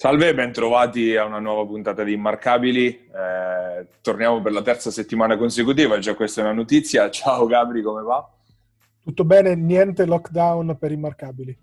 Salve e bentrovati a una nuova puntata di Immarcabili. Torniamo per la terza settimana consecutiva, già questa è una notizia. Ciao Gabri, come va? Tutto bene, niente lockdown per immarcabili.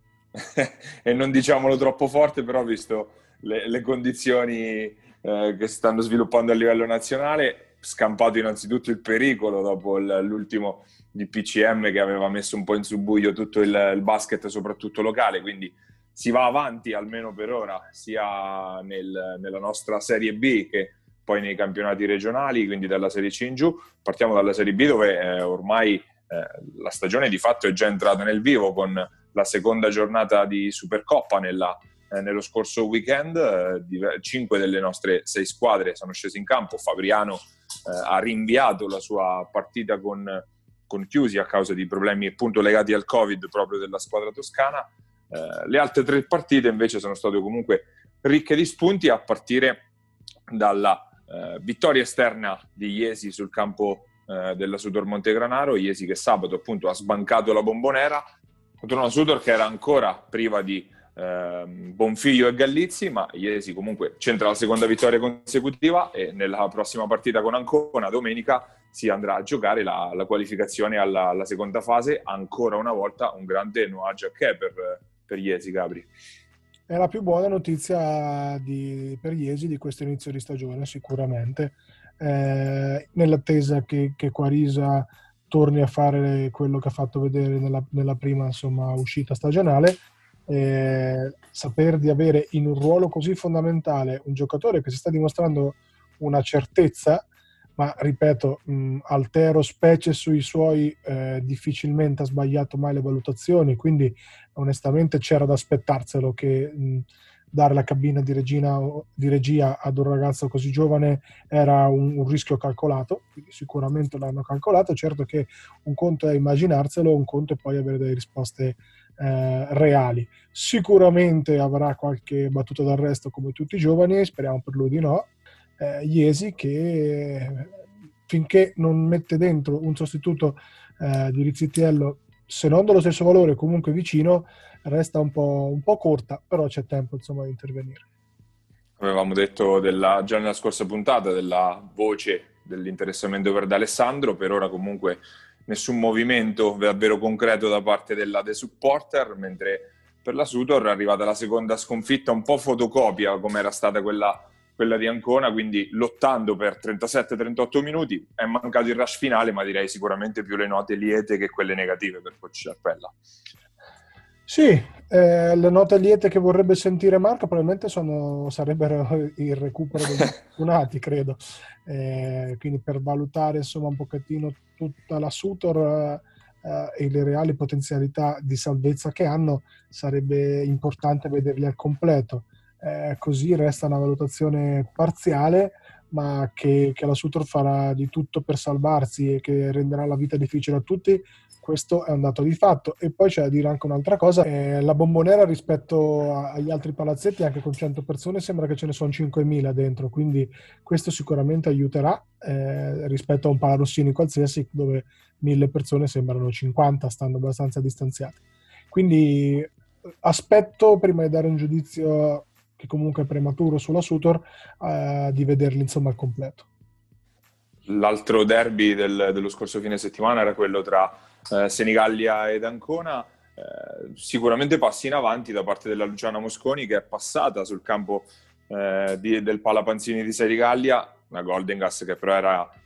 E non diciamolo troppo forte, però visto le condizioni che si stanno sviluppando a livello nazionale, scampato innanzitutto il pericolo dopo l'ultimo DPCM che aveva messo un po' in subbuglio tutto il basket, soprattutto locale, quindi si va avanti almeno per ora, sia nella nostra Serie B che poi nei campionati regionali, quindi dalla Serie C in giù. Partiamo dalla Serie B dove ormai la stagione di fatto è già entrata nel vivo con la seconda giornata di Supercoppa nello scorso weekend. 5 delle nostre 6 squadre sono scese in campo. Fabriano ha rinviato la sua partita con chiusi a causa di problemi appunto legati al Covid proprio della squadra toscana. Le altre 3 partite invece sono state comunque ricche di spunti, a partire dalla vittoria esterna di Iesi sul campo della Sudor Montegranaro. Iesi che sabato appunto ha sbancato la Bombonera contro una Sudor che era ancora priva di Bonfiglio e Gallizzi, ma Iesi comunque centra la seconda vittoria consecutiva e nella prossima partita con Ancona domenica si andrà a giocare la qualificazione alla seconda fase. Ancora una volta un grande nuage a che per Iesi, Gabri. È la più buona notizia per Iesi di questo inizio di stagione, sicuramente. Nell'attesa che Quarisa torni a fare quello che ha fatto vedere nella prima, insomma, uscita stagionale. Saper di avere in un ruolo così fondamentale un giocatore che si sta dimostrando una certezza, ma ripeto, Altero, specie sui suoi, difficilmente ha sbagliato mai le valutazioni, quindi onestamente c'era da aspettarselo che dare la cabina di regia ad un ragazzo così giovane era un rischio calcolato, quindi sicuramente l'hanno calcolato. Certo che un conto è immaginarselo, un conto è poi avere delle risposte reali. Sicuramente avrà qualche battuta d'arresto come tutti i giovani, speriamo per lui di no. Iesi che finché non mette dentro un sostituto di Rizzitiello, se non dello stesso valore, comunque vicino, resta un po' corta, però c'è tempo insomma di intervenire. Avevamo detto già nella scorsa puntata della voce dell'interessamento per D'Alessandro, per ora comunque nessun movimento davvero concreto da parte dei supporter, mentre per la Sudor è arrivata la seconda sconfitta un po' fotocopia come era stata quella di Ancona, quindi lottando per 37-38 minuti. È mancato il rush finale, ma direi sicuramente più le note liete che quelle negative per Coach Ciarpella. Sì, le note liete che vorrebbe sentire Marco probabilmente sarebbero il recupero degli infortunati, credo. Quindi per valutare insomma un pochettino tutta la Sutor e le reali potenzialità di salvezza che hanno, sarebbe importante vederli al completo. Così resta una valutazione parziale, ma che la Sutor farà di tutto per salvarsi e che renderà la vita difficile a tutti. Questo è un dato di fatto. E poi c'è da dire anche un'altra cosa: la Bombonera rispetto agli altri palazzetti, anche con 100 persone, sembra che ce ne sono 5.000 dentro, quindi questo sicuramente aiuterà rispetto a un Palarossini qualsiasi dove 1.000 persone sembrano 50, stanno abbastanza distanziate. Quindi aspetto, prima di dare un giudizio che comunque è prematuro sulla Sutor, di vederli insomma al completo. L'altro derby dello scorso fine settimana era quello tra Senigallia ed Ancona. Sicuramente passi in avanti da parte della Luciana Mosconi, che è passata sul campo del Palapanzini di Senigallia, una Golden Gas che però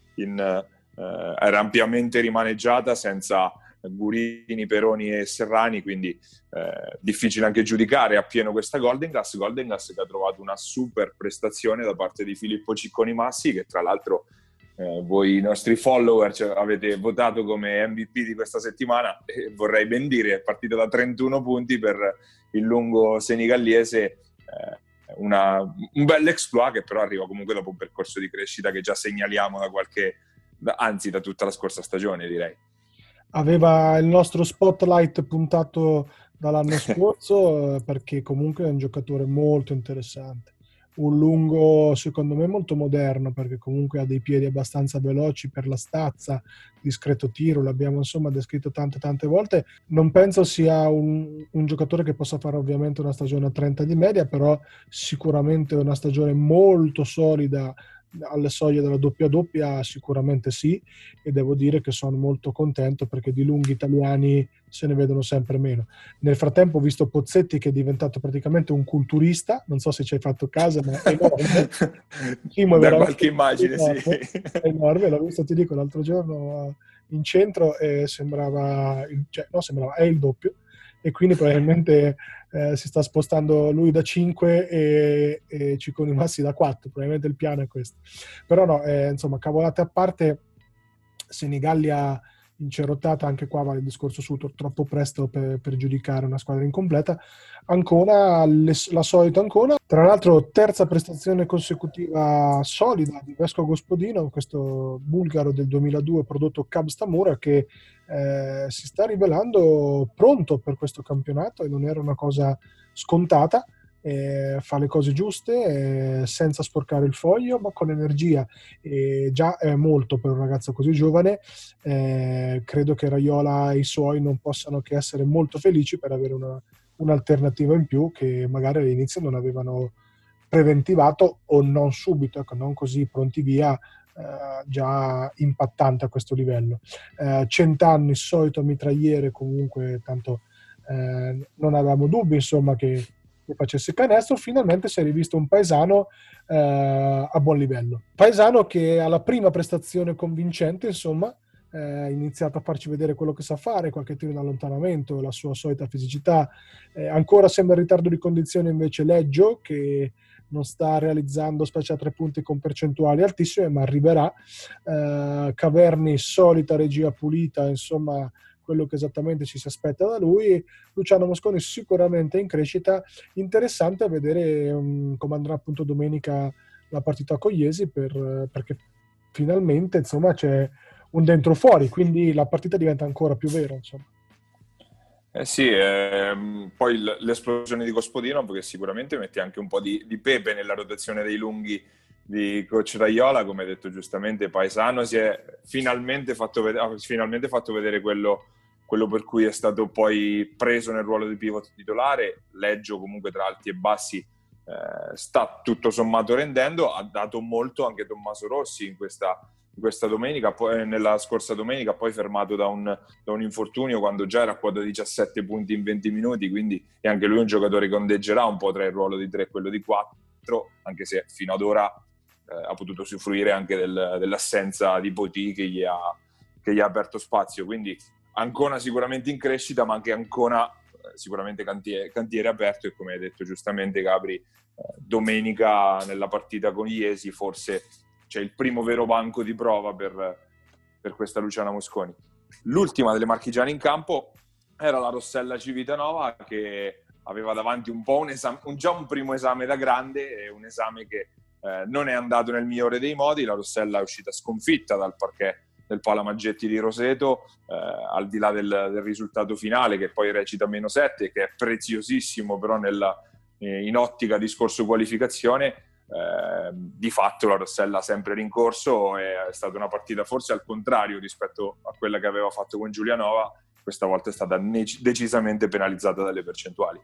era ampiamente rimaneggiata, senza Gurini, Peroni e Serrani, quindi difficile anche giudicare appieno questa Golden Gas che ha trovato una super prestazione da parte di Filippo Cicconi Massi, che tra l'altro voi i nostri follower avete votato come MVP di questa settimana, e vorrei ben dire è partito da 31 punti per il lungo senigalliese, un bel exploit che però arriva comunque dopo un percorso di crescita che già segnaliamo da tutta la scorsa stagione, direi. Aveva il nostro spotlight puntato dall'anno scorso perché comunque è un giocatore molto interessante, un lungo secondo me molto moderno, perché comunque ha dei piedi abbastanza veloci per la stazza, discreto tiro, l'abbiamo insomma descritto tante volte. Non penso sia un giocatore che possa fare ovviamente una stagione a 30 di media, però sicuramente una stagione molto solida alle soglie della doppia doppia, sicuramente sì, e devo dire che sono molto contento perché di lunghi italiani se ne vedono sempre meno. Nel frattempo ho visto Pozzetti che è diventato praticamente un culturista, non so se ci hai fatto caso, ma è enorme. Kimo è Da veramente qualche immagine, sì. enorme, è enorme, l'ho visto, ti dico, l'altro giorno in centro e sembrava, cioè, no, sembrava, è il doppio, e quindi probabilmente si sta spostando lui da 5 e Ciccone Massi da 4, probabilmente il piano è questo. Però no, insomma, cavolate a parte, Senigallia incerottata, anche qua vale il discorso su troppo presto per giudicare una squadra incompleta. Ancona, la solita Ancona, tra l'altro terza prestazione consecutiva solida di Vesco Gospodino, questo bulgaro del 2002 prodotto Cab Stamura, che si sta rivelando pronto per questo campionato e non era una cosa scontata. Fa le cose giuste, senza sporcare il foglio, ma con energia, e già è molto per un ragazzo così giovane. Credo che Raiola e i suoi non possano che essere molto felici per avere un'alternativa in più che magari all'inizio non avevano preventivato, o non subito, ecco, non così pronti via, già impattante a questo livello. 100 anni, solito mitragliere, comunque tanto non avevamo dubbi insomma che facesse canestro. Finalmente si è rivisto un paesano a buon livello. Paesano che alla prima prestazione convincente, insomma, ha iniziato a farci vedere quello che sa fare, qualche tiro in allontanamento, la sua solita fisicità. Ancora sembra in ritardo di condizione invece Leggio, che non sta realizzando specie a 3 punti con percentuali altissime, ma arriverà. Caverni, solita regia pulita, insomma, quello che esattamente ci si aspetta da lui. Luciano Mosconi sicuramente in crescita. Interessante a vedere come andrà appunto domenica la partita con Iesi, perché finalmente insomma c'è un dentro fuori, quindi la partita diventa ancora più vera, insomma. Sì, poi l'esplosione di Gospodino, perché sicuramente mette anche un po' di pepe nella rotazione dei lunghi di coach Raiola. Come hai detto giustamente, Paesano si è finalmente fatto vedere quello per cui è stato poi preso nel ruolo di pivot titolare. Leggio comunque tra alti e bassi sta tutto sommato rendendo. Ha dato molto anche Tommaso Rossi in questa domenica, poi nella scorsa domenica, poi fermato da un infortunio quando già era a quota 17 punti in 20 minuti, quindi è anche lui un giocatore che ondeggerà un po' tra il ruolo di 3 e quello di 4, anche se fino ad ora ha potuto usufruire anche dell'assenza di Poti che gli ha aperto spazio. Quindi Ancona sicuramente in crescita, ma anche Ancona sicuramente cantiere aperto, e come hai detto giustamente Gabri, domenica nella partita con Iesi forse c'è il primo vero banco di prova per questa Luciana Mosconi. L'ultima delle marchigiane in campo era la Rossella Civitanova, che aveva davanti un po' già un primo esame da grande, e un esame che non è andato nel migliore dei modi. La Rossella è uscita sconfitta dal parquet del Palamaggetti di Roseto, al di là del risultato finale, che poi recita -7, che è preziosissimo però in ottica discorso qualificazione. Di fatto la Rossella ha sempre rincorso, è stata una partita forse al contrario rispetto a quella che aveva fatto con Giulianova. Questa volta è stata decisamente penalizzata dalle percentuali.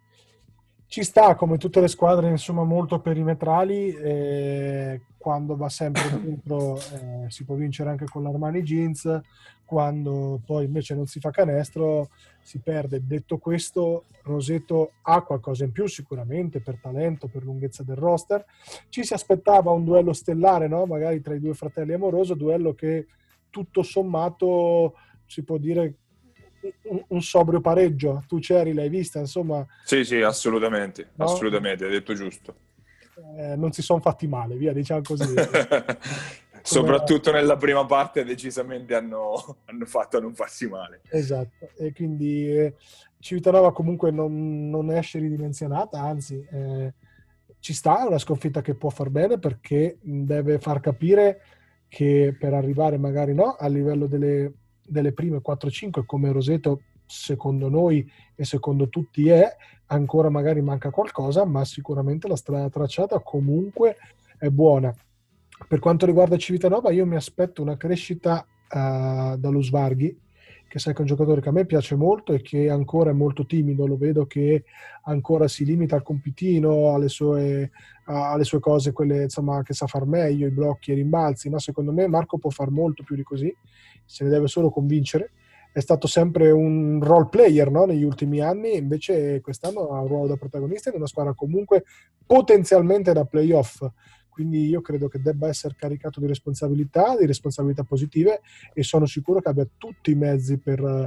Ci sta, come tutte le squadre, insomma, molto perimetrali. Quando va sempre dentro si può vincere anche con l'Armani Jeans, quando poi invece non si fa canestro si perde. Detto questo, Roseto ha qualcosa in più sicuramente per talento, per lunghezza del roster. Ci si aspettava un duello stellare, no? Magari tra i due fratelli Amoroso, duello che tutto sommato si può dire un sobrio pareggio. Tu c'eri, l'hai vista, insomma. Sì, assolutamente, no? Assolutamente, hai detto giusto. Non si sono fatti male, via, diciamo così. Soprattutto nella prima parte decisamente hanno fatto a non farsi male. Esatto, e quindi Civitanova comunque non esce ridimensionata, anzi ci sta, è una sconfitta che può far bene, perché deve far capire che per arrivare magari no, a livello delle prime 4-5 come Roseto secondo noi e secondo tutti è, ancora magari manca qualcosa, ma sicuramente la strada tracciata comunque è buona. Per quanto riguarda Civitanova, io mi aspetto una crescita dallo Svarghi, che sai che è un giocatore che a me piace molto e che ancora è molto timido, lo vedo che ancora si limita al compitino, alle sue cose, quelle insomma che sa far meglio, i blocchi e i rimbalzi, ma secondo me Marco può far molto più di così, se ne deve solo convincere. È stato sempre un role player, no? Negli ultimi anni, invece quest'anno ha un ruolo da protagonista in una squadra comunque potenzialmente da playoff. Quindi io credo che debba essere caricato di responsabilità positive, e sono sicuro che abbia tutti i mezzi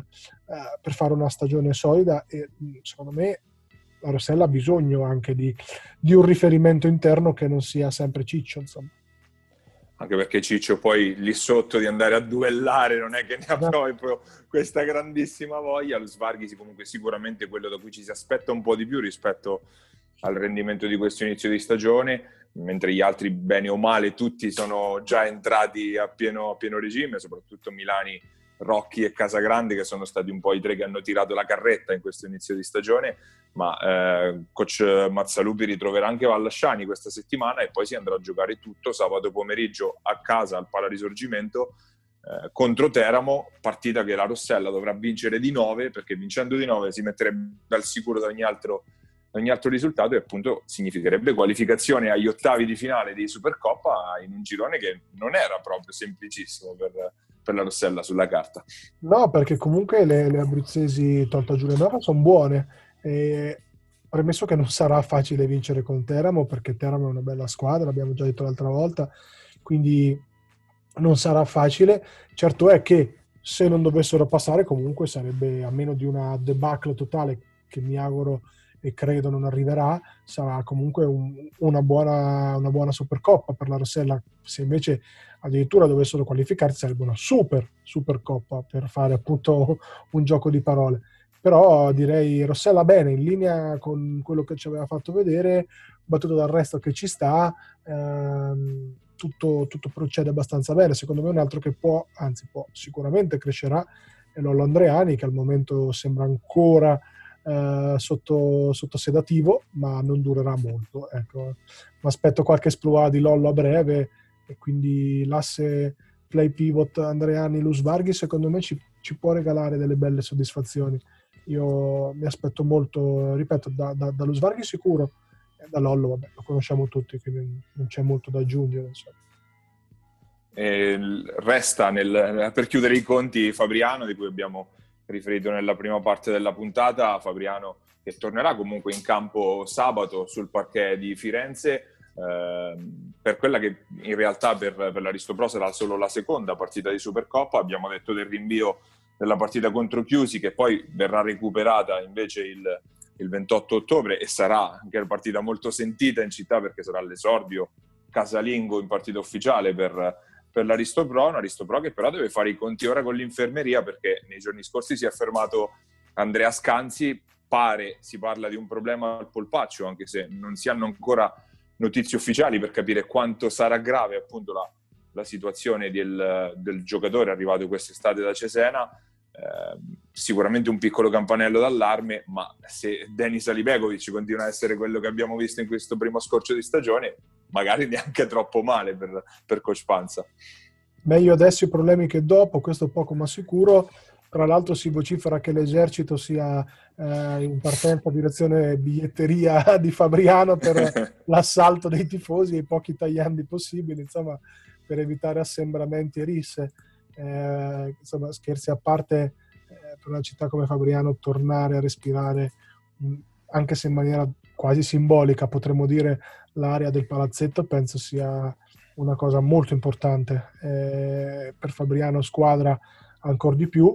per fare una stagione solida, e secondo me la Rossella ha bisogno anche di un riferimento interno che non sia sempre Ciccio, insomma. Anche perché Ciccio poi lì sotto di andare a duellare non è che ne ha proprio questa grandissima voglia. Lo Svarghisi comunque sicuramente quello da cui ci si aspetta un po' di più rispetto al rendimento di questo inizio di stagione, mentre gli altri, bene o male, tutti sono già entrati a pieno regime, soprattutto Milani, Rocchi e Casagrande, che sono stati un po' i tre che hanno tirato la carretta in questo inizio di stagione, ma coach Mazzalupi ritroverà anche Vallasciani questa settimana e poi si andrà a giocare tutto sabato pomeriggio a casa al Palarisorgimento contro Teramo, partita che la Rossella dovrà vincere di 9, perché vincendo di 9 si metterebbe al sicuro da ogni altro risultato, e appunto significherebbe qualificazione agli ottavi di finale di Supercoppa in un girone che non era proprio semplicissimo per la Rossella sulla carta. No, perché comunque le abruzzesi, tolta Giulianova, sono buone. E premesso che non sarà facile vincere con Teramo, perché Teramo è una bella squadra, l'abbiamo già detto l'altra volta, quindi non sarà facile. Certo è che se non dovessero passare, comunque sarebbe, a meno di una debacle totale, che mi auguro e credo non arriverà, sarà comunque una buona Supercoppa per la Rossella. Se invece addirittura dovessero qualificarsi, sarebbe una Supercoppa, per fare appunto un gioco di parole. Però direi Rossella bene, in linea con quello che ci aveva fatto vedere, battuto dal resto che ci sta, tutto procede abbastanza bene. Secondo me un altro che può sicuramente crescerà è Lollo Andreani, che al momento sembra ancora sotto sedativo, ma non durerà molto. Ecco. Mi aspetto qualche esploit di Lollo a breve, e quindi l'asse play pivot Andreani-Luz Varghi secondo me ci può regalare delle belle soddisfazioni. Io mi aspetto molto, ripeto, da Luz Varghi sicuro, e da Lollo vabbè, lo conosciamo tutti, quindi non c'è molto da aggiungere, insomma. Resta per chiudere i conti Fabriano, di cui abbiamo riferito nella prima parte della puntata. Fabriano che tornerà comunque in campo sabato sul parquet di Firenze per quella che in realtà per l'Aristopro sarà solo la seconda partita di Supercoppa. Abbiamo detto del rinvio della partita contro Chiusi, che poi verrà recuperata invece il 28 ottobre, e sarà anche una partita molto sentita in città, perché sarà l'esordio casalingo in partita ufficiale per l'Aristopro, un Aristopro che però deve fare i conti ora con l'infermeria, perché nei giorni scorsi si è fermato Andrea Scanzi, si parla di un problema al polpaccio, anche se non si hanno ancora notizie ufficiali per capire quanto sarà grave appunto la situazione del giocatore arrivato quest'estate da Cesena. Sicuramente un piccolo campanello d'allarme, ma se Denis Alibegovic continua a essere quello che abbiamo visto in questo primo scorcio di stagione, magari neanche troppo male per Coach Panza. Meglio adesso i problemi che dopo, questo è poco ma sicuro. Tra l'altro si vocifera che l'esercito sia in partenza direzione biglietteria di Fabriano per l'assalto dei tifosi e i pochi tagliandi possibili, insomma, per evitare assembramenti e risse. Insomma, scherzi a parte, per una città come Fabriano tornare a respirare, anche se in maniera quasi simbolica, potremmo dire, l'area del palazzetto, penso sia una cosa molto importante per Fabriano, squadra ancora di più.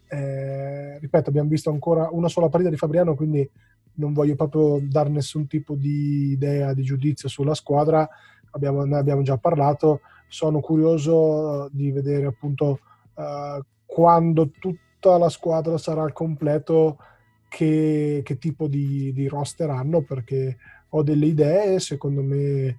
Ripeto, abbiamo visto ancora una sola partita di Fabriano, quindi non voglio proprio dare nessun tipo di idea, di giudizio sulla squadra. Ne abbiamo già parlato. Sono curioso di vedere appunto quando tutta la squadra sarà al completo che tipo di roster hanno, perché ho delle idee. Secondo me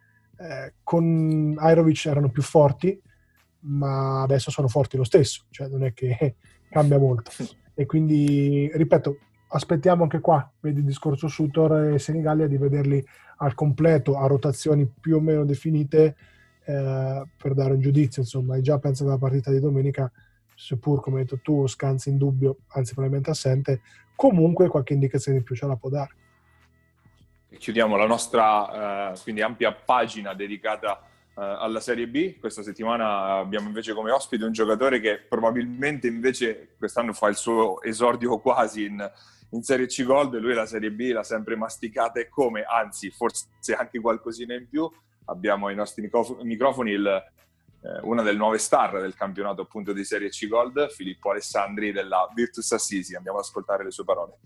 con Ajrovic erano più forti, ma adesso sono forti lo stesso, cioè non è che cambia molto. e quindi, ripeto, aspettiamo anche qua, vedi il discorso Sutor e Senigallia, di vederli al completo, a rotazioni più o meno definite, per dare un giudizio, insomma. E già penso che la partita di domenica, seppur come hai detto tu, Scanzi in dubbio, anzi probabilmente assente, comunque qualche indicazione in più ce la può dare. E chiudiamo la nostra quindi ampia pagina dedicata alla Serie B. Questa settimana abbiamo invece come ospite un giocatore che probabilmente invece quest'anno fa il suo esordio quasi in Serie C Gold. Lui la Serie B l'ha sempre masticata e come, anzi forse anche qualcosina in più. Abbiamo ai nostri microfoni una delle nuove star del campionato appunto di Serie C Gold, Filippo Alessandri della Virtus Assisi. Andiamo ad ascoltare le sue parole.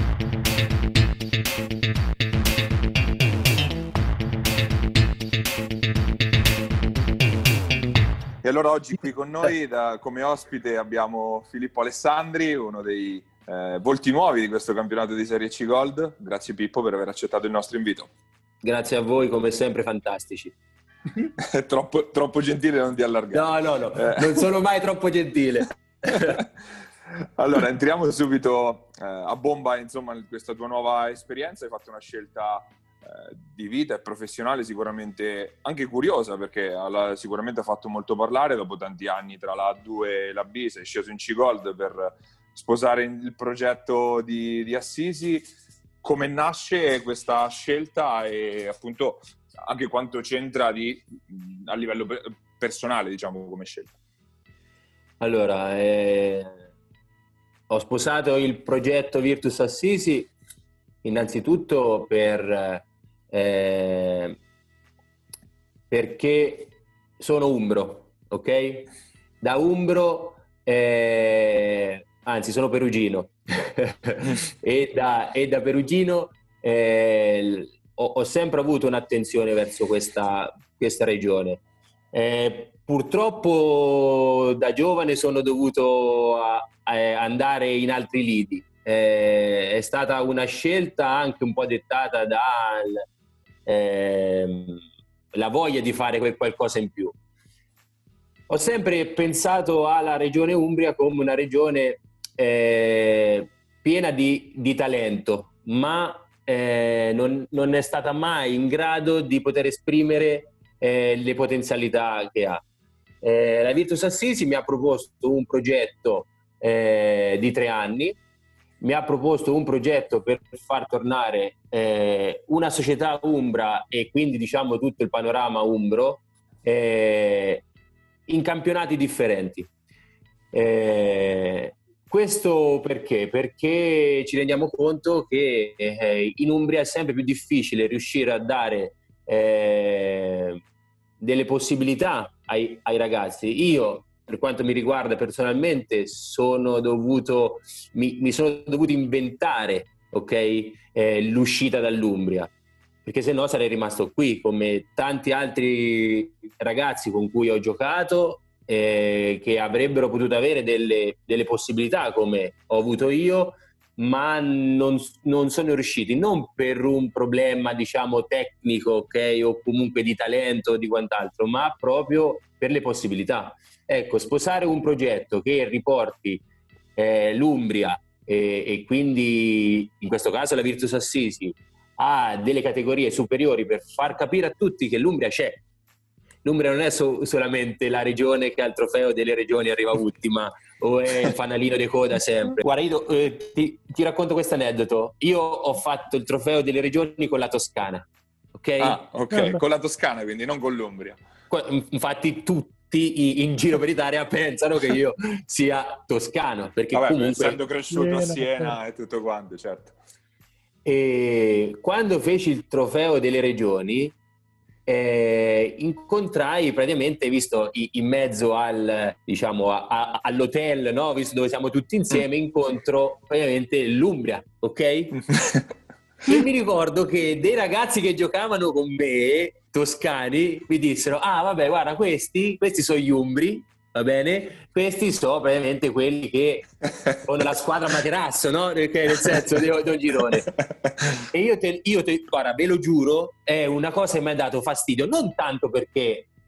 E allora oggi qui con noi come ospite abbiamo Filippo Alessandri, uno dei volti nuovi di questo campionato di Serie C Gold. Grazie Pippo per aver accettato il nostro invito. Grazie a voi, come sempre fantastici. troppo gentile, non ti allargare. No, non sono mai troppo gentile. Allora, entriamo subito a bomba, insomma, in questa tua nuova esperienza. Hai fatto una scelta di vita e professionale sicuramente anche curiosa, perché sicuramente ha fatto molto parlare. Dopo tanti anni tra la A2 e la B sei sceso in C-Gold per sposare il progetto di Assisi. Come nasce questa scelta e appunto anche quanto c'entra a livello personale, diciamo, come scelta? Allora, ho sposato il progetto Virtus Assisi innanzitutto perché sono umbro, ok? Da umbro, anzi sono perugino e da perugino ho sempre avuto un'attenzione verso questa regione. Purtroppo da giovane sono dovuto andare in altri lidi. È stata una scelta anche un po' dettata dalla voglia di fare qualcosa in più. Ho sempre pensato alla regione Umbria come una regione piena di talento, ma non è stata mai in grado di poter esprimere le potenzialità che ha. La Virtus Assisi mi ha proposto un progetto di 3 anni, mi ha proposto un progetto per far tornare una società umbra e quindi diciamo tutto il panorama umbro in campionati differenti. Questo perché? Perché ci rendiamo conto che in Umbria è sempre più difficile riuscire a dare delle possibilità ai ragazzi. Io, per quanto mi riguarda personalmente, mi sono dovuto inventare, ok, l'uscita dall'Umbria, perché se no sarei rimasto qui come tanti altri ragazzi con cui ho giocato, che avrebbero potuto avere delle possibilità come ho avuto io, ma non sono riusciti, non per un problema diciamo tecnico, ok, o comunque di talento o di quant'altro, ma proprio per le possibilità. Ecco, sposare un progetto che riporti l'Umbria e quindi in questo caso la Virtus Assisi a delle categorie superiori per far capire a tutti che l'Umbria c'è. L'Umbria non è solamente la regione che al trofeo delle regioni arriva ultima o è il fanalino di coda sempre. Guarda, io ti racconto questo aneddoto. Io ho fatto il trofeo delle regioni con la Toscana, ok? Ah, ok, con la Toscana quindi, non con l'Umbria. Infatti tutti in giro per l'Italia pensano che io sia toscano, perché comunque essendo cresciuto a Siena e tutto quanto, certo. E quando feci il trofeo delle regioni incontrai praticamente, visto in mezzo all'hotel, no? Visto dove siamo tutti insieme, incontro praticamente l'Umbria, ok? E mi ricordo che dei ragazzi che giocavano con me, toscani, mi dissero: ah vabbè, guarda, questi sono gli umbri, va bene? Questi sono praticamente quelli che sono la squadra Materasso, no? Nel senso di un girone. E io guarda, ve lo giuro, è una cosa che mi ha dato fastidio, non tanto perché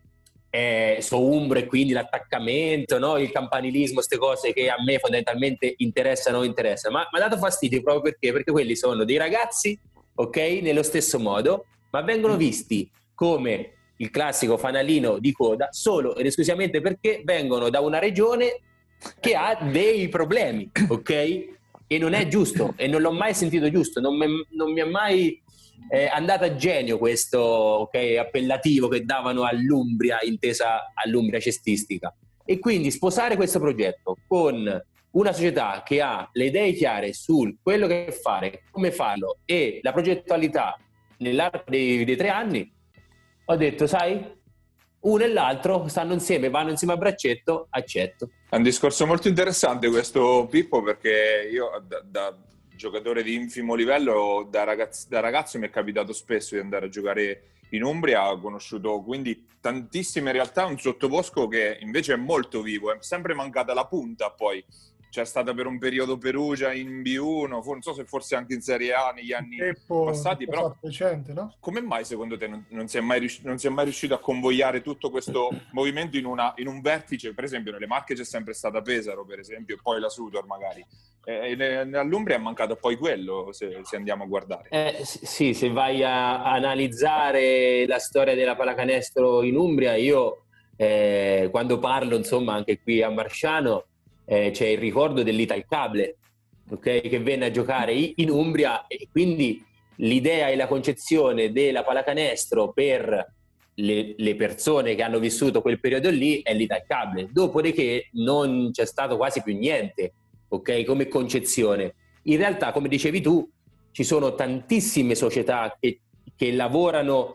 sono umbro e quindi l'attaccamento, no? Il campanilismo, queste cose che a me fondamentalmente interessano o interessano, ma mi ha dato fastidio proprio perché quelli sono dei ragazzi, ok, nello stesso modo, ma vengono visti come il classico fanalino di coda solo ed esclusivamente perché vengono da una regione che ha dei problemi, ok? E non è giusto, e non l'ho mai sentito giusto, non mi è mai andato a genio questo, ok, appellativo che davano all'Umbria, intesa all'Umbria cestistica. E quindi sposare questo progetto con una società che ha le idee chiare su quello che fare, come farlo e la progettualità nell'arco dei 3 anni, ho detto, sai, uno e l'altro stanno insieme, vanno insieme a braccetto, accetto. È un discorso molto interessante questo, Pippo, perché io da giocatore di infimo livello, da ragazzo mi è capitato spesso di andare a giocare in Umbria, ho conosciuto quindi tantissime realtà, un sottobosco che invece è molto vivo, è sempre mancata la punta. Poi c'è stata per un periodo Perugia in B1, non so se forse anche in Serie A negli anni passati, però recente, no? Come mai secondo te non si è mai riuscito a convogliare tutto questo movimento in un vertice? Per esempio nelle Marche c'è sempre stata Pesaro, per esempio, e poi la Sudor magari. All'Umbria è mancato poi quello, se andiamo a guardare. Sì, se vai a analizzare la storia della pallacanestro in Umbria, io quando parlo, insomma, anche qui a Marsciano, c'è il ricordo dell'Italcable, okay, che venne a giocare in Umbria, e quindi l'idea e la concezione della pallacanestro per le persone che hanno vissuto quel periodo lì è l'Italcable. Dopodiché non c'è stato quasi più niente, ok, come concezione. In realtà, come dicevi tu, ci sono tantissime società che lavorano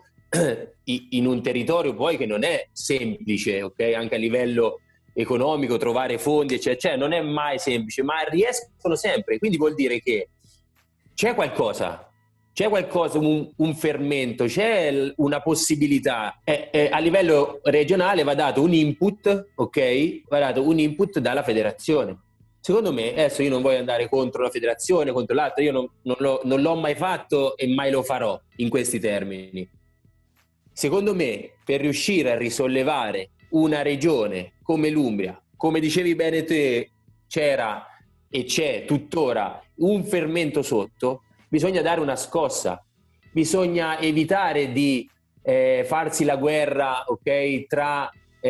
in un territorio poi che non è semplice, ok, anche a livello economico, trovare fondi, cioè non è mai semplice, ma riescono sempre. Quindi vuol dire che c'è qualcosa, un fermento, c'è una possibilità. A livello regionale va dato un input, ok? Va dato un input dalla federazione. Secondo me, adesso io non voglio andare contro la federazione, contro l'altro, io non l'ho mai fatto e mai lo farò in questi termini. Secondo me, per riuscire a risollevare una regione come l'Umbria, come dicevi bene te, c'era e c'è tuttora un fermento sotto, bisogna dare una scossa, bisogna evitare di farsi la guerra, ok, tra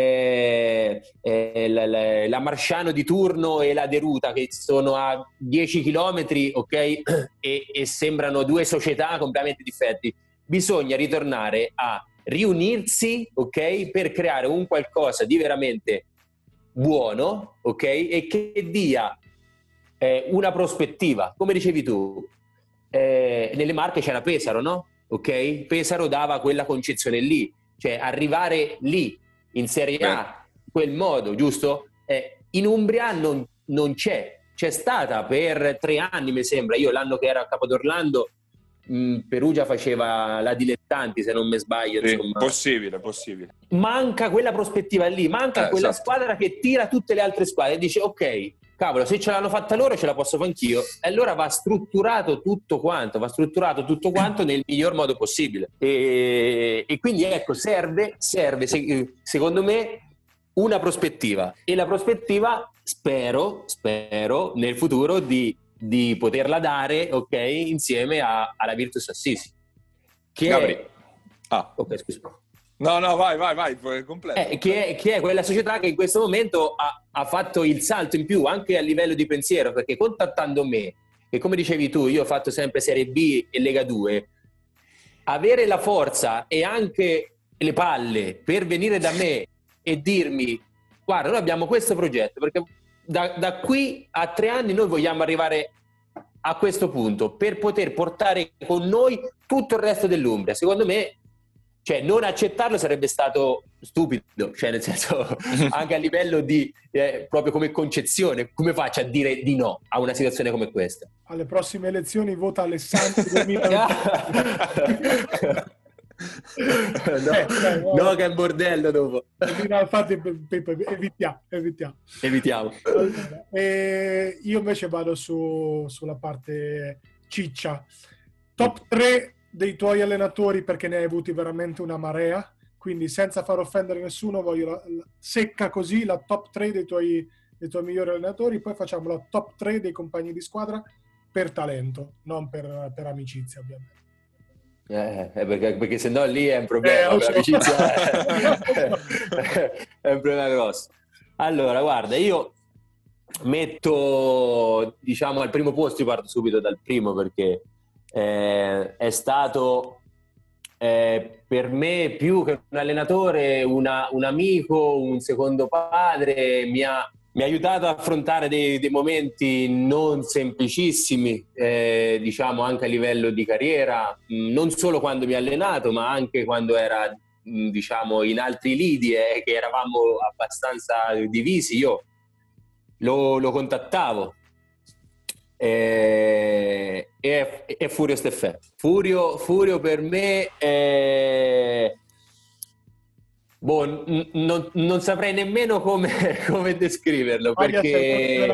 la Marsciano di turno e la Deruta, che sono a 10 chilometri, ok, e sembrano due società completamente differenti. Bisogna ritornare a riunirsi, ok, per creare un qualcosa di veramente buono, ok, e che dia una prospettiva. Come dicevi tu, nelle Marche c'era Pesaro, no? Ok? Pesaro dava quella concezione lì, cioè arrivare lì in Serie A in quel modo, giusto? In Umbria non c'è stata per 3 anni, mi sembra. Io l'anno che ero a Capodorlando, Perugia faceva la dilettanti, se non mi sbaglio, sì, insomma. Possibile. Manca quella prospettiva lì, manca quella squadra che tira tutte le altre squadre e dice ok, cavolo, se ce l'hanno fatta loro ce la posso fare anch'io. E allora va strutturato tutto quanto nel miglior modo possibile. E quindi ecco, serve secondo me una prospettiva, e la prospettiva spero nel futuro di poterla dare, ok, insieme alla Virtus Assisi, che Gabri. Ok, scusa. No, vai, completo. Che è quella società che in questo momento ha fatto il salto in più anche a livello di pensiero, perché contattando me, e come dicevi tu, io ho fatto sempre Serie B e Lega 2, avere la forza e anche le palle per venire da me e dirmi guarda, noi abbiamo questo progetto, perché da qui a 3 anni noi vogliamo arrivare a questo punto per poter portare con noi tutto il resto dell'Umbria. Secondo me, cioè, non accettarlo sarebbe stato stupido, cioè nel senso anche a livello di proprio come concezione, come faccio a dire di no a una situazione come questa? Alle prossime elezioni vota Alessandro 2020. No, che è un bordello dopo. Infatti, evitiamo. Allora, io invece vado sulla parte ciccia. Top 3 dei tuoi allenatori, perché ne hai avuti veramente una marea quindi senza far offendere nessuno voglio secca così la top 3 dei tuoi migliori allenatori, poi facciamo la top 3 dei compagni di squadra per talento, non per amicizia ovviamente. Perché se no lì è un problema, l'amicizia è un problema grosso. Allora, guarda, io metto, diciamo, al primo posto, io parto subito dal primo perché è stato per me più che un allenatore, un amico, un secondo padre. Mi ha aiutato ad affrontare dei momenti non semplicissimi, diciamo anche a livello di carriera, non solo quando mi ha allenato, ma anche quando era, diciamo, in altri lidi che eravamo abbastanza divisi. Io lo contattavo. È Furio Steffè. Furio per me non saprei nemmeno come descriverlo, perché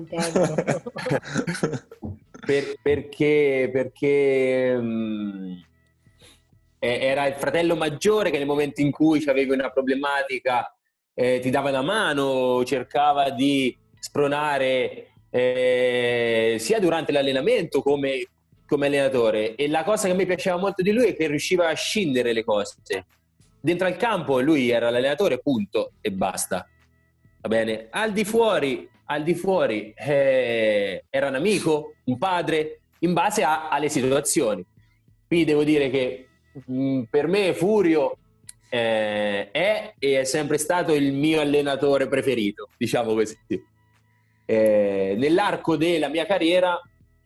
era il fratello maggiore che nel momento in cui avevi una problematica ti dava una mano, cercava di spronare sia durante l'allenamento come allenatore. E la cosa che a me piaceva molto di lui è che riusciva a scindere le cose. Dentro al campo lui era l'allenatore, punto, e basta, va bene? Al di fuori era un amico, un padre, in base alle situazioni. Quindi devo dire che per me Furio è e è sempre stato il mio allenatore preferito, diciamo così. Nell'arco della mia carriera,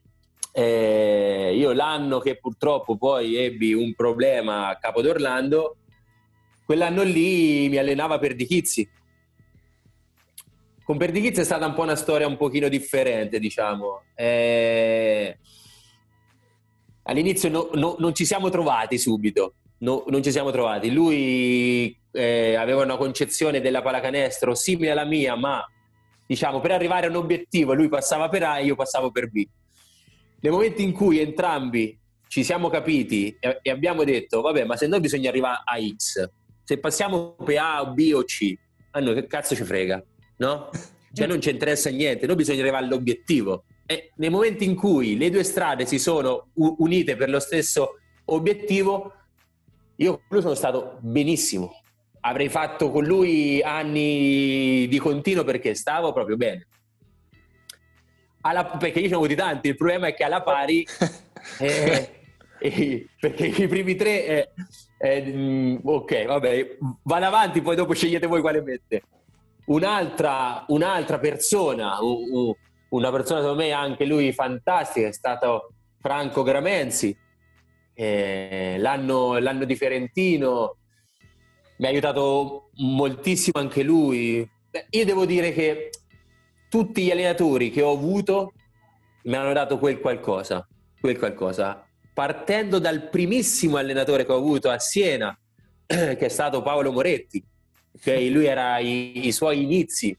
io l'anno che purtroppo poi ebbi un problema a Capodorlando, quell'anno lì mi allenava Perdichizzi. Con Perdichizzi è stata un po' una storia un pochino differente, diciamo. All'inizio non ci siamo trovati subito, non ci siamo trovati. Lui aveva una concezione della pallacanestro simile alla mia, ma diciamo per arrivare a un obiettivo lui passava per A e io passavo per B. Nel momento in cui entrambi ci siamo capiti e abbiamo detto vabbè, ma se noi bisogna arrivare a X, se passiamo per A o B o C, a noi che cazzo ci frega, no? Cioè non ci interessa niente, noi bisogna arrivare all'obiettivo. E nel momento in cui le due strade si sono unite per lo stesso obiettivo, io con lui sono stato benissimo. Avrei fatto con lui anni di continuo perché stavo proprio bene. Perché io ce ne ho avuti tanti, il problema è che alla pari perché i primi tre ok, vabbè, vado avanti, poi dopo scegliete voi quale mette. Un'altra persona, una persona secondo me anche lui fantastica, è stato Franco Gramenzi, l'anno di Fiorentino, mi ha aiutato moltissimo anche lui. Io devo dire che tutti gli allenatori che ho avuto mi hanno dato quel qualcosa, partendo dal primissimo allenatore che ho avuto a Siena, che è stato Paolo Moretti, okay? Lui era i suoi inizi.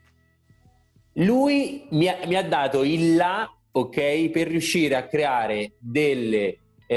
Lui mi ha dato il là, ok, per riuscire a creare delle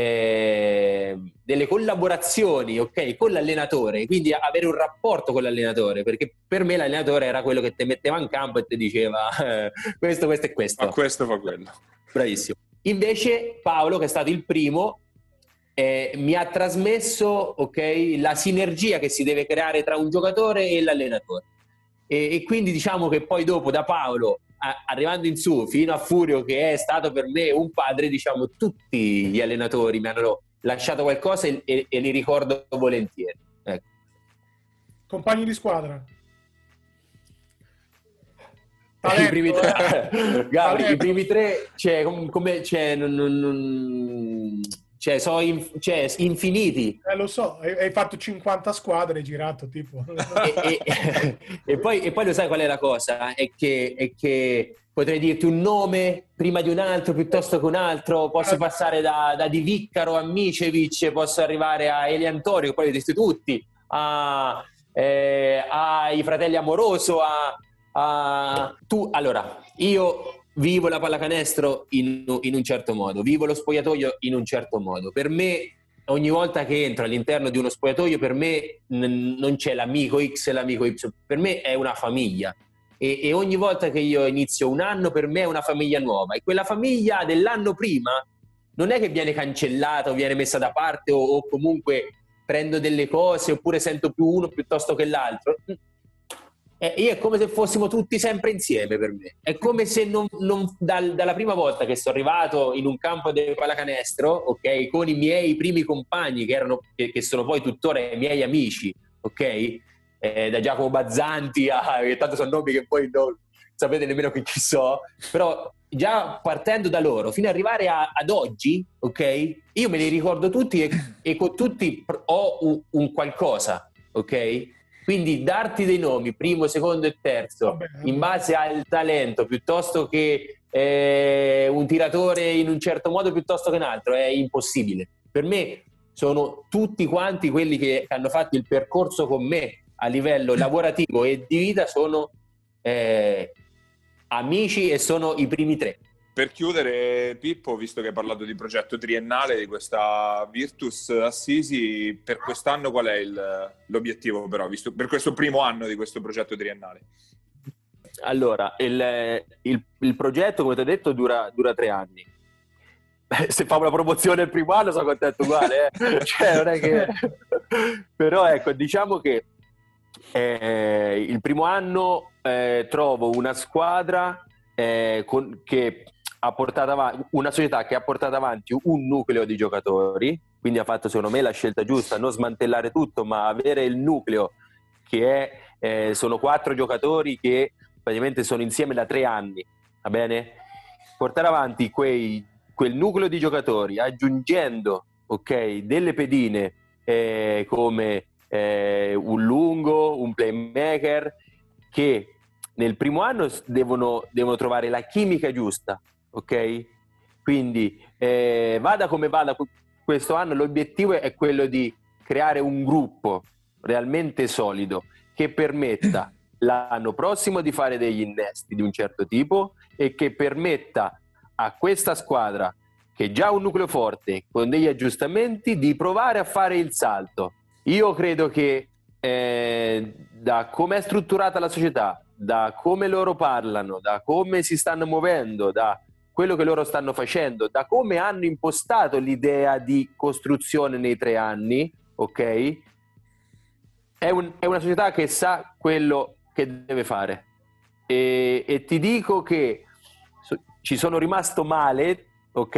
collaborazioni, ok, con l'allenatore, quindi avere un rapporto con l'allenatore, perché per me l'allenatore era quello che ti metteva in campo e ti diceva questo e questo. Ma questo fa quello. Bravissimo. Invece Paolo, che è stato il primo, mi ha trasmesso, ok, la sinergia che si deve creare tra un giocatore e l'allenatore. E quindi diciamo che poi dopo da Paolo, arrivando in su fino a Furio, che è stato per me un padre, diciamo, tutti gli allenatori mi hanno lasciato qualcosa e li ricordo volentieri. Ecco. Compagni di squadra? I primi tre, Gabri, i primi tre, cioè, sono infiniti. Lo so, hai fatto 50 squadre, hai girato tipo. E poi lo sai qual è la cosa? È che potrei dirti un nome prima di un altro piuttosto che un altro, posso passare da Di Viccaro a Micevic, posso arrivare a Eliantorio, che poi li ho visti tutti, ai fratelli Amoroso, allora, io vivo la pallacanestro in un certo modo, vivo lo spogliatoio in un certo modo. Per me ogni volta che entro all'interno di uno spogliatoio, per me non c'è l'amico X e l'amico Y, per me è una famiglia. E ogni volta che io inizio un anno, per me è una famiglia nuova, e quella famiglia dell'anno prima non è che viene cancellata o viene messa da parte, o comunque prendo delle cose oppure sento più uno piuttosto che l'altro. Io è come se fossimo tutti sempre insieme. Per me è come se dalla prima volta che sono arrivato in un campo di pallacanestro, ok, con i miei primi compagni che sono poi tuttora i miei amici, ok, da Giacomo Bazzanti che tanto sono nomi che poi non sapete nemmeno chi ci so, però già partendo da loro fino ad arrivare ad oggi, ok, io me li ricordo tutti e con tutti ho un qualcosa, ok? Quindi darti dei nomi, primo, secondo e terzo, in base al talento, piuttosto che un tiratore in un certo modo piuttosto che un altro, è impossibile. Per me sono tutti quanti quelli che hanno fatto il percorso con me a livello lavorativo e di vita, sono amici e sono i primi tre. Per chiudere, Pippo, visto che hai parlato di progetto triennale di questa Virtus Assisi, per quest'anno qual è l'obiettivo, però, visto per questo primo anno di questo progetto triennale? Allora, il progetto, come ti ho detto, dura 3 anni. Se fa una promozione il primo anno sono contento uguale, cioè, non è che... Però ecco, diciamo che il primo anno trovo una squadra che ha portato avanti, una società che ha portato avanti un nucleo di giocatori, quindi ha fatto secondo me la scelta giusta, non smantellare tutto ma avere il nucleo che sono 4 giocatori che praticamente sono insieme da 3 anni, va bene? Portare avanti quel nucleo di giocatori aggiungendo, ok, delle pedine come un lungo, un playmaker, che nel primo anno devono trovare la chimica giusta, ok? Quindi vada come vada questo anno, l'obiettivo è quello di creare un gruppo realmente solido che permetta l'anno prossimo di fare degli innesti di un certo tipo e che permetta a questa squadra, che già ha un nucleo forte, con degli aggiustamenti, di provare a fare il salto. Io credo che da come è strutturata la società, da come loro parlano, da come si stanno muovendo, da quello che loro stanno facendo, da come hanno impostato l'idea di costruzione nei 3 anni, ok? È una società che sa quello che deve fare. E ti dico che ci sono rimasto male, ok?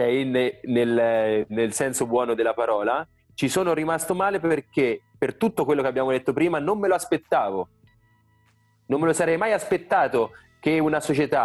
Nel senso buono della parola. Ci sono rimasto male perché per tutto quello che abbiamo detto prima non me lo aspettavo. Non me lo sarei mai aspettato che una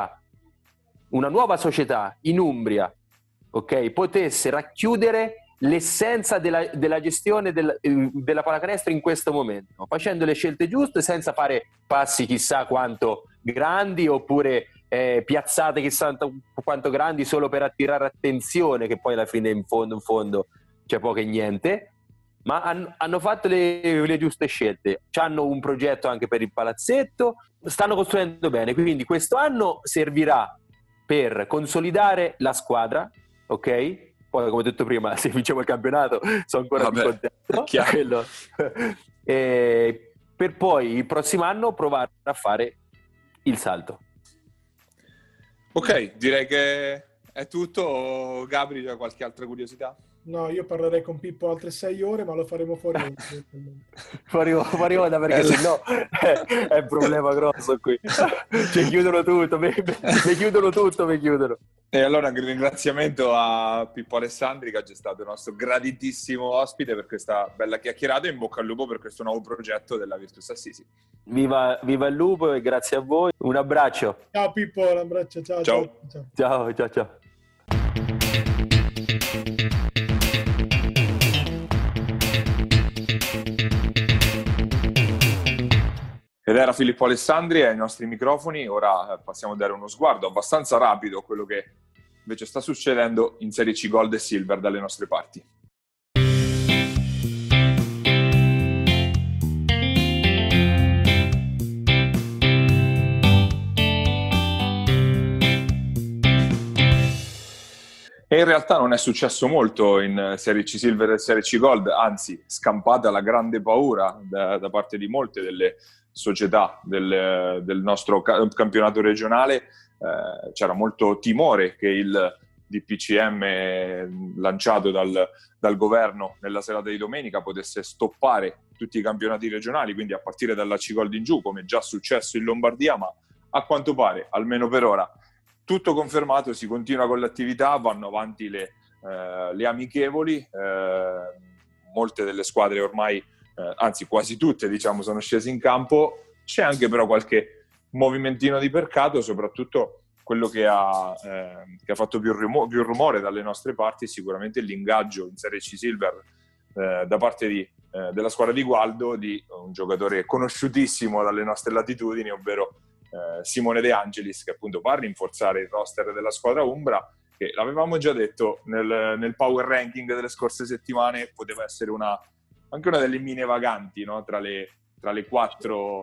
nuova società in Umbria, ok, potesse racchiudere l'essenza della gestione della pallacanestro in questo momento, facendo le scelte giuste senza fare passi chissà quanto grandi oppure piazzate chissà quanto grandi solo per attirare attenzione, che poi alla fine in fondo c'è poco e niente, ma hanno fatto le giuste scelte. Hanno un progetto anche per il palazzetto, stanno costruendo bene, quindi questo anno servirà per consolidare la squadra, ok? Poi, come ho detto prima, se vinciamo il campionato sono ancora più contento. Per poi il prossimo anno provare a fare il salto. Ok, direi che è tutto. Gabri, c'è qualche altra curiosità? No, io parlerei con Pippo altre 6 ore, ma lo faremo fuori onda. fuori onda, perché sennò è un problema grosso qui. Ci chiudono tutto, mi chiudono. E allora un ringraziamento a Pippo Alessandri, che è stato il nostro graditissimo ospite per questa bella chiacchierata, e in bocca al lupo per questo nuovo progetto della Virtus Assisi. Viva il lupo e grazie a voi. Un abbraccio. Ciao Pippo, un abbraccio. Ciao. Ed era Filippo Alessandri ai nostri microfoni. Ora passiamo a dare uno sguardo abbastanza rapido a quello che invece sta succedendo in Serie C Gold e Silver dalle nostre parti. E in realtà non è successo molto in Serie C Silver e Serie C Gold, anzi, scampata la grande paura da parte di molte delle società del nostro campionato regionale. C'era molto timore che il DPCM lanciato dal governo nella serata di domenica potesse stoppare tutti i campionati regionali, quindi a partire dalla C Gold in giù, come già successo in Lombardia, ma a quanto pare, almeno per ora, tutto confermato, si continua con l'attività, vanno avanti le amichevoli, molte delle squadre ormai, anzi quasi tutte, diciamo, sono scese in campo. C'è anche però qualche movimentino di mercato, soprattutto quello che ha fatto più rumore dalle nostre parti è sicuramente l'ingaggio in Serie C Silver da parte della squadra di Gualdo di un giocatore conosciutissimo dalle nostre latitudini, ovvero Simone De Angelis, che appunto va a rinforzare il roster della squadra umbra, che l'avevamo già detto nel power ranking delle scorse settimane poteva essere anche una delle mine vaganti, no? tra le quattro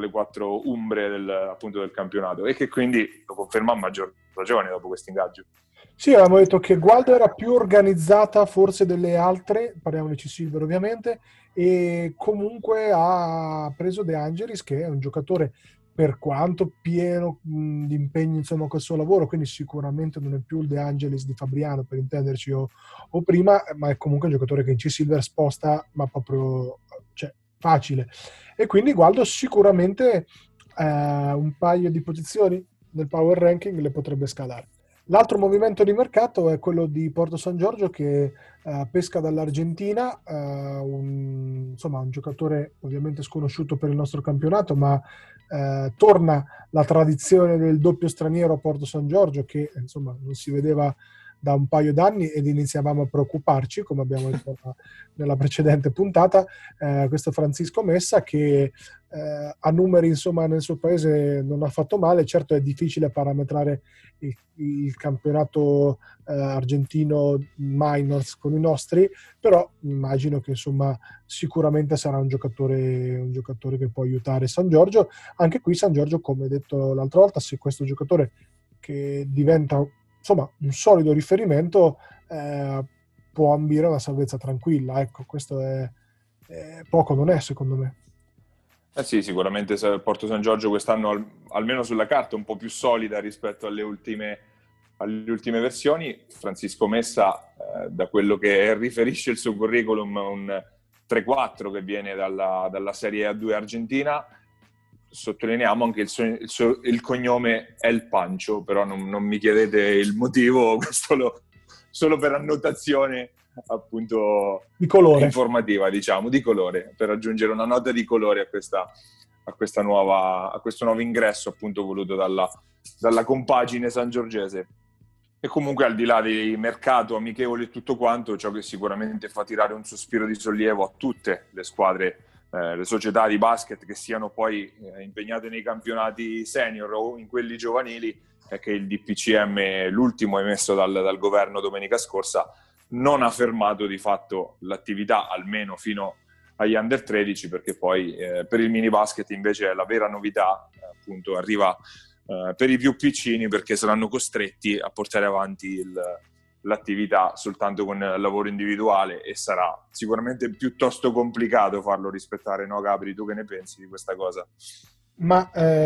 umbre appunto del campionato, e che quindi lo conferma a maggior ragione dopo questo ingaggio. Sì, avevamo detto che Gualdo era più organizzata forse delle altre, parliamo di C-Silver ovviamente, e comunque ha preso De Angelis, che è un giocatore per quanto pieno di impegni, insomma, col suo lavoro, quindi sicuramente non è più il De Angelis di Fabriano, per intenderci, o prima, ma è comunque un giocatore che in C-Silver sposta, ma proprio facile. E quindi Gualdo sicuramente un paio di posizioni nel power ranking le potrebbe scalare. L'altro movimento di mercato è quello di Porto San Giorgio, che pesca dall'Argentina, un giocatore ovviamente sconosciuto per il nostro campionato, ma torna la tradizione del doppio straniero a Porto San Giorgio, che insomma non si vedeva da un paio d'anni ed iniziavamo a preoccuparci, come abbiamo detto nella precedente puntata. Questo Francisco Messa, che a numeri insomma nel suo paese non ha fatto male. Certo è difficile parametrare il campionato argentino minors con i nostri, però immagino che insomma sicuramente sarà un giocatore che può aiutare San Giorgio. Anche qui San Giorgio, come detto l'altra volta, se questo giocatore che diventa insomma un solido riferimento può ambire a una salvezza tranquilla. Ecco, questo è poco non è, secondo me. Sì, sicuramente Porto San Giorgio quest'anno, almeno sulla carta, un po' più solida rispetto alle ultime versioni. Francisco Messa, da quello che riferisce il suo curriculum, un 3-4 che viene dalla Serie A2 argentina. Sottolineiamo anche il cognome è il Pancho, però non mi chiedete il motivo, questo solo per annotazione appunto di colore, informativa, diciamo, di colore, per aggiungere una nota di colore a questo nuovo ingresso appunto voluto dalla compagine sangiorgese. E comunque, al di là di mercato, amichevoli e tutto quanto, ciò che sicuramente fa tirare un sospiro di sollievo a tutte le squadre, le società di basket che siano poi impegnate nei campionati senior o in quelli giovanili, è che il DPCM, l'ultimo emesso dal governo domenica scorsa, non ha fermato di fatto l'attività, almeno fino agli under 13, perché poi per il mini basket invece la vera novità appunto arriva per i più piccini, perché saranno costretti a portare avanti l'attività soltanto con il lavoro individuale, e sarà sicuramente piuttosto complicato farlo rispettare, no Gabri? Tu che ne pensi di questa cosa? Ma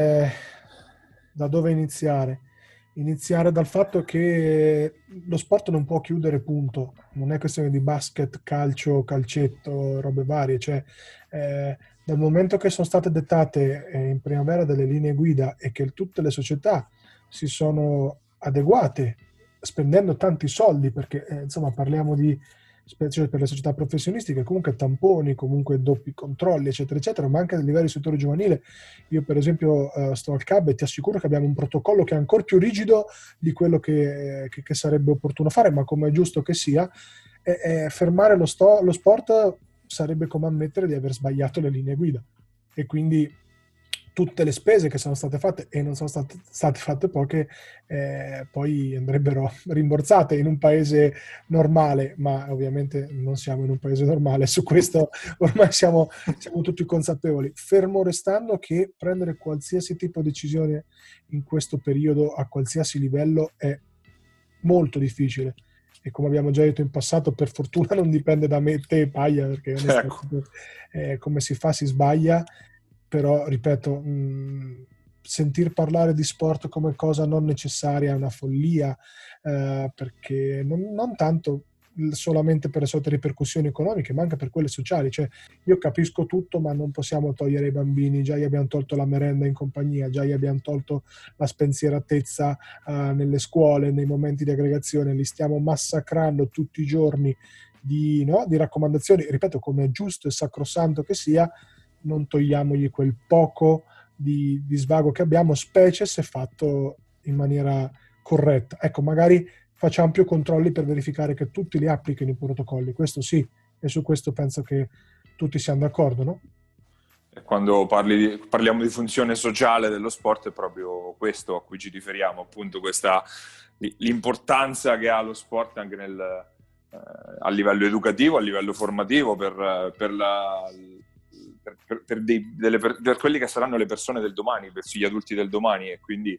da dove iniziare? Iniziare dal fatto che lo sport non può chiudere, punto. Non è questione di basket, calcio, calcetto, robe varie. Cioè, dal momento che sono state dettate in primavera delle linee guida e che tutte le società si sono adeguate spendendo tanti soldi, perché insomma parliamo di, specie per le società professionistiche, comunque tamponi, comunque doppi controlli, eccetera, eccetera, ma anche a livello di settore giovanile. Io per esempio sto al CAB e ti assicuro che abbiamo un protocollo che è ancora più rigido di quello che sarebbe opportuno fare, ma come è giusto che sia, fermare lo sport sarebbe come ammettere di aver sbagliato le linee guida, e quindi tutte le spese che sono state fatte, e non sono state fatte poche, poi andrebbero rimborsate in un paese normale, ma ovviamente non siamo in un paese normale, su questo ormai siamo tutti consapevoli, fermo restando che prendere qualsiasi tipo di decisione in questo periodo a qualsiasi livello è molto difficile. e come abbiamo già detto in passato, per fortuna non dipende da me, te e Paia, perché onestamente come si fa si sbaglia, però ripeto, sentir parlare di sport come cosa non necessaria è una follia, perché non tanto solamente per le solite ripercussioni economiche, ma anche per quelle sociali. Cioè, io capisco tutto, ma non possiamo togliere ai bambini, già gli abbiamo tolto la merenda in compagnia, già gli abbiamo tolto la spensieratezza nelle scuole, nei momenti di aggregazione, li stiamo massacrando tutti i giorni di raccomandazioni, ripeto, come è giusto e sacrosanto che sia, non togliamogli quel poco di svago che abbiamo, specie se fatto in maniera corretta. Ecco, magari facciamo più controlli per verificare che tutti li applichino i protocolli, questo sì, e su questo penso che tutti siamo d'accordo, no? Quando parliamo di funzione sociale dello sport è proprio questo a cui ci riferiamo, appunto l'importanza che ha lo sport anche a livello educativo, a livello formativo per quelli che saranno le persone del domani, per gli adulti del domani, e quindi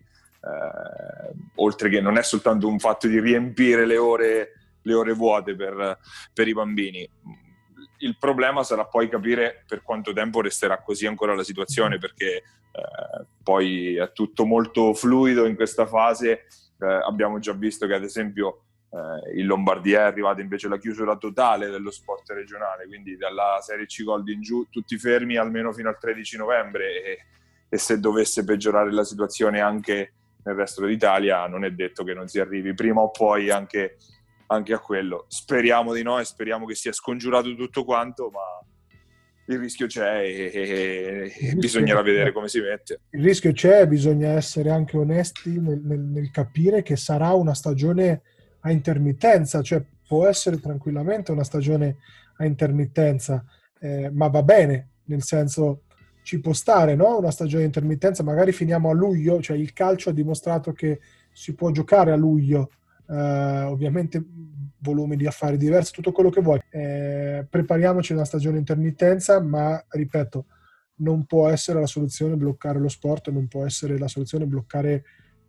oltre che non è soltanto un fatto di riempire le ore vuote per i bambini. Il problema sarà poi capire per quanto tempo resterà così ancora la situazione, perché poi è tutto molto fluido in questa fase. Abbiamo già visto che ad esempio in Lombardia è arrivata invece la chiusura totale dello sport regionale, quindi dalla Serie C Gold in giù tutti fermi almeno fino al 13 novembre e se dovesse peggiorare la situazione anche nel resto d'Italia non è detto che non si arrivi prima o poi anche a quello. Speriamo di no e speriamo che sia scongiurato tutto quanto, ma il rischio c'è e bisognerà vedere come si mette. Il rischio c'è, bisogna essere anche onesti nel capire che sarà una stagione a intermittenza, cioè può essere tranquillamente una stagione a intermittenza, ma va bene, nel senso ci può stare, no? Una stagione a intermittenza, magari finiamo a luglio, cioè il calcio ha dimostrato che si può giocare a luglio, ovviamente volumi di affari diversi, tutto quello che vuoi, prepariamoci una stagione a intermittenza, ma ripeto, non può essere la soluzione bloccare lo sport, non può essere la soluzione bloccare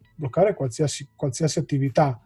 qualsiasi attività,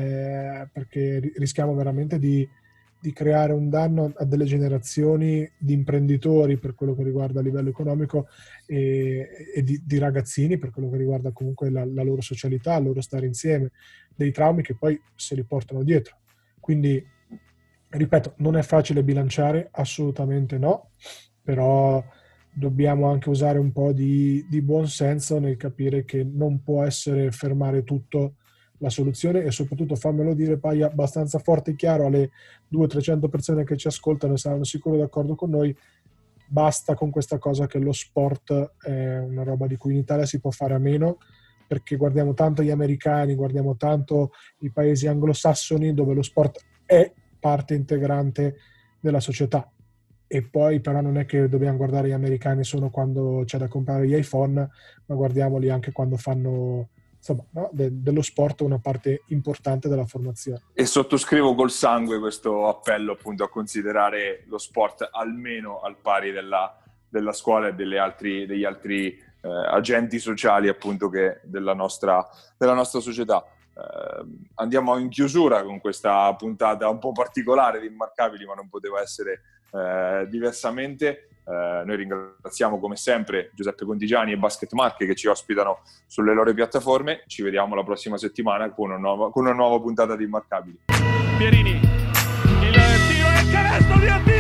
perché rischiamo veramente di creare un danno a delle generazioni di imprenditori per quello che riguarda a livello economico e di ragazzini per quello che riguarda comunque la loro socialità, il loro stare insieme, dei traumi che poi se li portano dietro. Quindi, ripeto, non è facile bilanciare, assolutamente no, però dobbiamo anche usare un po' di buon senso nel capire che non può essere fermare tutto la soluzione, e soprattutto fammelo dire Paia abbastanza forte e chiaro alle 200-300 persone che ci ascoltano e saranno sicuro d'accordo con noi: basta con questa cosa che lo sport è una roba di cui in Italia si può fare a meno, perché guardiamo tanto gli americani, guardiamo tanto i paesi anglosassoni dove lo sport è parte integrante della società, e poi però non è che dobbiamo guardare gli americani solo quando c'è da comprare gli iPhone, ma guardiamoli anche quando fanno, insomma, no? dello sport una parte importante della formazione. E sottoscrivo col sangue questo appello appunto a considerare lo sport almeno al pari della scuola e degli altri agenti sociali appunto che della nostra società. Andiamo in chiusura con questa puntata un po' particolare di Immarcabili, ma non poteva essere diversamente. Noi ringraziamo come sempre Giuseppe Contigiani e Basket Marche che ci ospitano sulle loro piattaforme. Ci vediamo la prossima settimana con una nuova puntata di Immarcabili. Pierini, il tiro e il canestro di